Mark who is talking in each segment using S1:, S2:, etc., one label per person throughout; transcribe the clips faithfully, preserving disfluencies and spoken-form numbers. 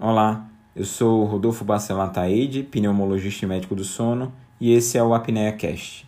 S1: Olá, eu sou Rodolfo Bacelar Taide, pneumologista e médico do sono, e esse é o Apneia Cast.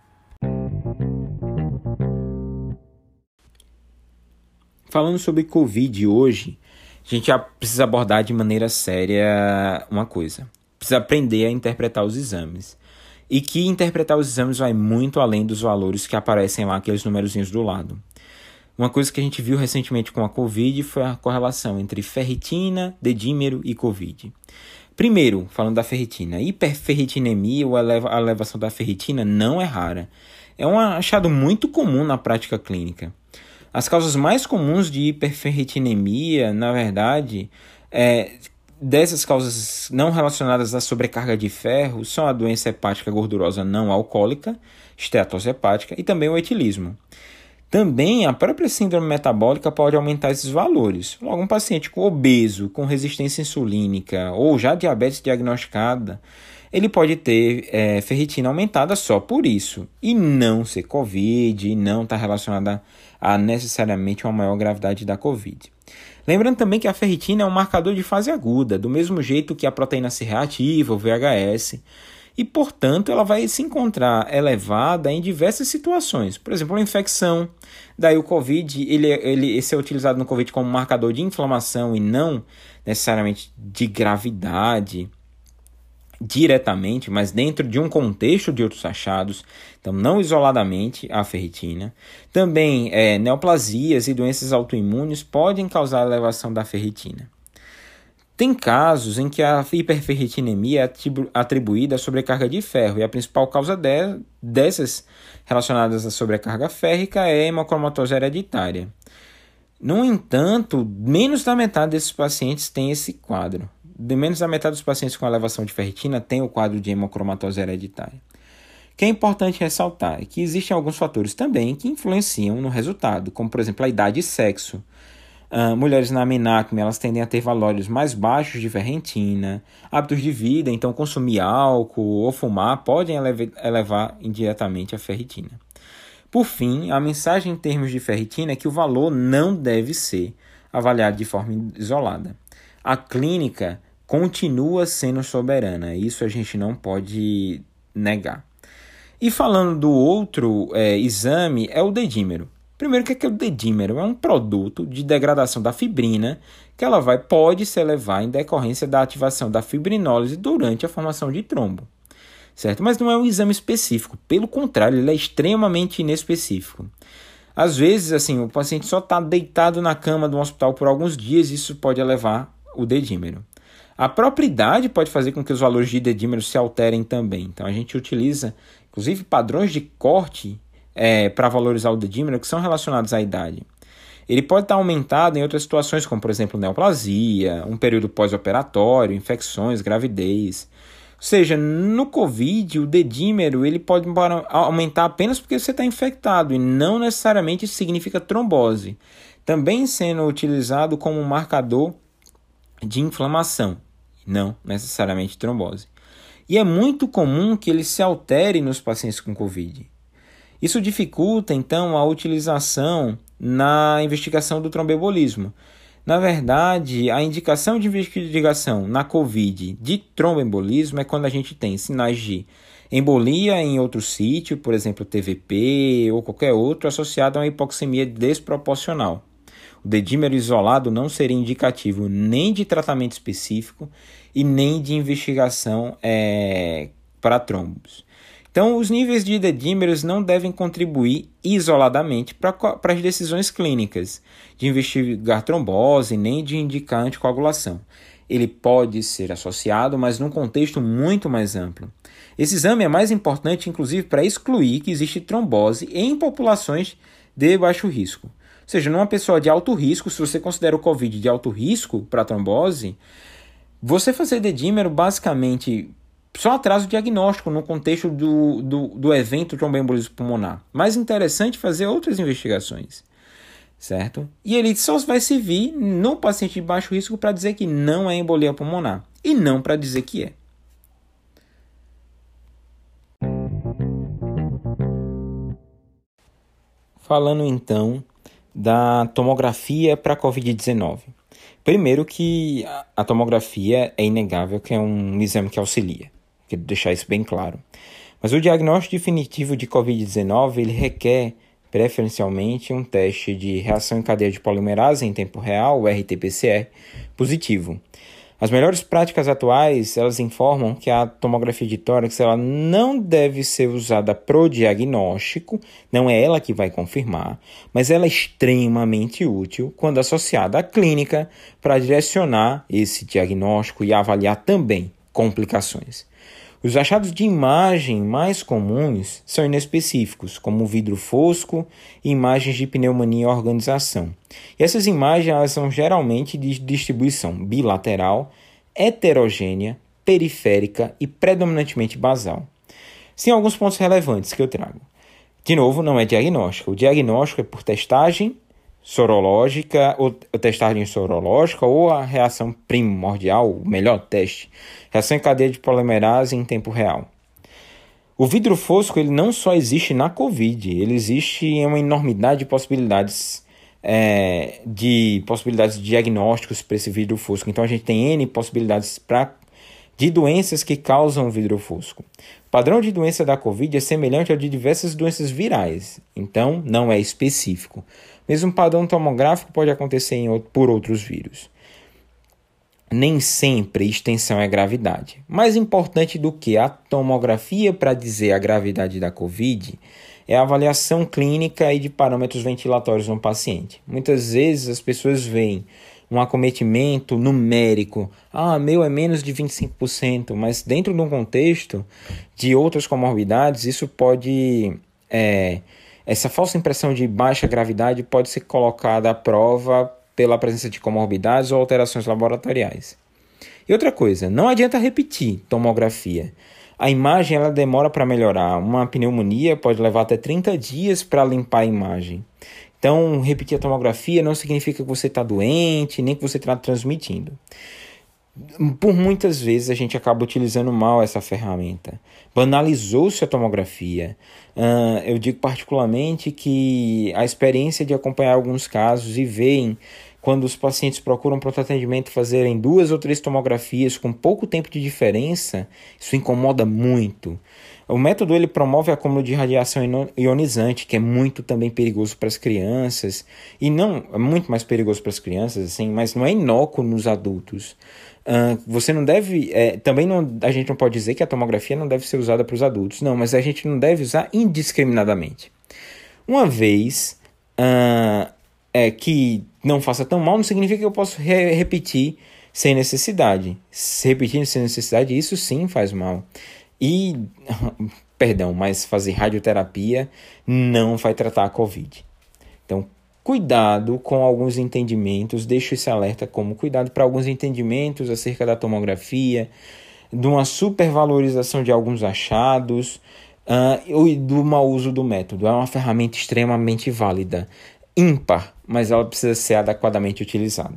S1: Falando sobre Covid hoje, a gente já precisa abordar de maneira séria uma coisa. Precisa aprender a interpretar os exames. E que interpretar os exames vai muito além dos valores que aparecem lá, aqueles numerozinhos do lado. Uma coisa que a gente viu recentemente com a Covid foi a correlação entre ferritina, dedímero e Covid. Primeiro, falando da ferritina, hiperferritinemia ou a elevação da ferritina não é rara. É um achado muito comum na prática clínica. As causas mais comuns de hiperferritinemia, na verdade, é, dessas causas não relacionadas à sobrecarga de ferro, são a doença hepática gordurosa não alcoólica, esteatose hepática e também o etilismo. Também a própria síndrome metabólica pode aumentar esses valores. Logo, um paciente obeso, com resistência insulínica ou já diabetes diagnosticada, ele pode ter é, ferritina aumentada só por isso. E não ser Covid, e não estar relacionada a necessariamente uma maior gravidade da Covid. Lembrando também que a ferritina é um marcador de fase aguda, do mesmo jeito que a proteína C reativa, o V H S, e, portanto, ela vai se encontrar elevada em diversas situações. Por exemplo, uma infecção. Daí o Covid, ele, ele, esse é utilizado no Covid como marcador de inflamação e não necessariamente de gravidade diretamente, mas dentro de um contexto de outros achados. Então, não isoladamente a ferritina. Também, é, neoplasias e doenças autoimunes podem causar elevação da ferritina. Tem casos em que a hiperferritinemia é atribuída à sobrecarga de ferro, e a principal causa de, dessas relacionadas à sobrecarga férrica é a hemocromatose hereditária. No entanto, menos da metade desses pacientes tem esse quadro. De menos da metade dos pacientes com elevação de ferritina tem o quadro de hemocromatose hereditária. O que é importante ressaltar é que existem alguns fatores também que influenciam no resultado, como, por exemplo, a idade e sexo. Uh, mulheres na menacme, elas tendem a ter valores mais baixos de ferritina, hábitos de vida, então consumir álcool ou fumar podem eleve- elevar indiretamente a ferritina. Por fim, a mensagem em termos de ferritina é que o valor não deve ser avaliado de forma isolada. A clínica continua sendo soberana, isso a gente não pode negar. E falando do outro é, exame, é o dedímero. Primeiro, o que é, que é o dedímero? É um produto de degradação da fibrina que ela vai, pode se elevar em decorrência da ativação da fibrinólise durante a formação de trombo, certo? Mas não é um exame específico, pelo contrário, ele é extremamente inespecífico. Às vezes, assim, o paciente só está deitado na cama do hospital por alguns dias e isso pode elevar o dedímero. A própria idade pode fazer com que os valores de dedímero se alterem também. Então, a gente utiliza, inclusive, padrões de corte É, para valorizar o dedímero que são relacionados à idade. Ele pode estar aumentado em outras situações, como por exemplo neoplasia, um período pós-operatório, infecções, gravidez. Ou seja, no Covid, o dedímero ele pode aumentar apenas porque você está infectado e não necessariamente isso significa trombose. Também sendo utilizado como um marcador de inflamação, não necessariamente trombose. E é muito comum que ele se altere nos pacientes com Covid. Isso dificulta, então, a utilização na investigação do tromboembolismo. Na verdade, a indicação de investigação na Covid de tromboembolismo é quando a gente tem sinais de embolia em outro sítio, por exemplo, T V P ou qualquer outro, associado a uma hipoxemia desproporcional. O dedímero isolado não seria indicativo nem de tratamento específico e nem de investigação é, para trombos. Então, os níveis de dedímeros não devem contribuir isoladamente para as decisões clínicas de investigar trombose nem de indicar anticoagulação. Ele pode ser associado, mas num contexto muito mais amplo. Esse exame é mais importante, inclusive, para excluir que existe trombose em populações de baixo risco. Ou seja, numa pessoa de alto risco, se você considera o Covid de alto risco para trombose, você fazer dedímero basicamente só atrasa o diagnóstico no contexto do, do, do evento tromboembolismo pulmonar. Mais interessante fazer outras investigações, certo? E ele só vai servir no paciente de baixo risco para dizer que não é embolia pulmonar e não para dizer que é. Falando então da tomografia para covid dezenove. Primeiro que a tomografia é inegável que é um exame que auxilia. Quero deixar isso bem claro. Mas o diagnóstico definitivo de covid dezenove ele requer preferencialmente um teste de reação em cadeia de polimerase em tempo real, o R T P C R, positivo. As melhores práticas atuais, elas informam que a tomografia de tórax ela não deve ser usada pro diagnóstico, não é ela que vai confirmar, mas ela é extremamente útil quando associada à clínica para direcionar esse diagnóstico e avaliar também complicações. Os achados de imagem mais comuns são inespecíficos, como vidro fosco e imagens de pneumonia e organização. E essas imagens elas são geralmente de distribuição bilateral, heterogênea, periférica e predominantemente basal. Sim, alguns pontos relevantes que eu trago. De novo, não é diagnóstico. O diagnóstico é por testagem sorológica, ou testagem sorológica, ou a reação primordial, o melhor teste, reação em cadeia de polimerase em tempo real. O vidro fosco ele não só existe na COVID, ele existe em uma enormidade de possibilidades, é, de possibilidades de diagnósticos para esse vidro fosco. Então a gente tem N possibilidades pra, de doenças que causam vidro fosco. O padrão de doença da COVID é semelhante ao de diversas doenças virais, então não é específico. Mesmo padrão tomográfico pode acontecer em, por outros vírus. Nem sempre extensão é gravidade. Mais importante do que a tomografia para dizer a gravidade da COVID é a avaliação clínica e de parâmetros ventilatórios no paciente. Muitas vezes as pessoas veem um acometimento numérico. Ah, meu é menos de vinte e cinco por cento, mas dentro de um contexto de outras comorbidades, isso pode... É, essa falsa impressão de baixa gravidade pode ser colocada à prova pela presença de comorbidades ou alterações laboratoriais. E outra coisa, não adianta repetir tomografia. A imagem ela demora para melhorar. Uma pneumonia pode levar até trinta dias para limpar a imagem. Então, repetir a tomografia não significa que você está doente, nem que você está transmitindo. Por muitas vezes a gente acaba utilizando mal essa ferramenta. Banalizou-se a tomografia. Uh, eu digo particularmente que a experiência de acompanhar alguns casos e verem quando os pacientes procuram pronto atendimento fazerem duas ou três tomografias com pouco tempo de diferença, isso incomoda muito. O método ele promove o acúmulo de radiação ionizante, que é muito também perigoso para as crianças, e não é muito mais perigoso para as crianças, assim, mas não é inócuo nos adultos. Uh, você não deve, é, também não, a gente não pode dizer que a tomografia não deve ser usada para os adultos, não, mas a gente não deve usar indiscriminadamente. Uma vez uh, é, que não faça tão mal, não significa que eu posso re- repetir sem necessidade. Se repetir sem necessidade, isso sim faz mal. E, perdão, mas fazer radioterapia não vai tratar a COVID. Então, cuidado com alguns entendimentos, deixo esse alerta como cuidado para alguns entendimentos acerca da tomografia, de uma supervalorização de alguns achados uh, e do mau uso do método. É uma ferramenta extremamente válida, ímpar, mas ela precisa ser adequadamente utilizada.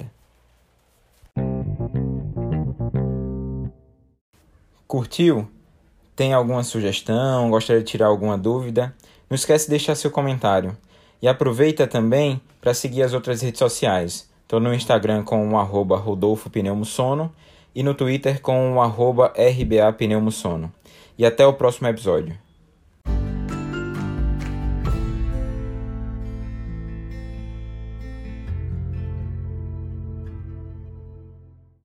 S1: Curtiu? Tem alguma sugestão? Gostaria de tirar alguma dúvida? Não esquece de deixar seu comentário. E aproveita também para seguir as outras redes sociais. Estou no Instagram com o arroba Rodolfo Pneumosono e no Twitter com o arroba R B A Pneumosono. E até o próximo episódio.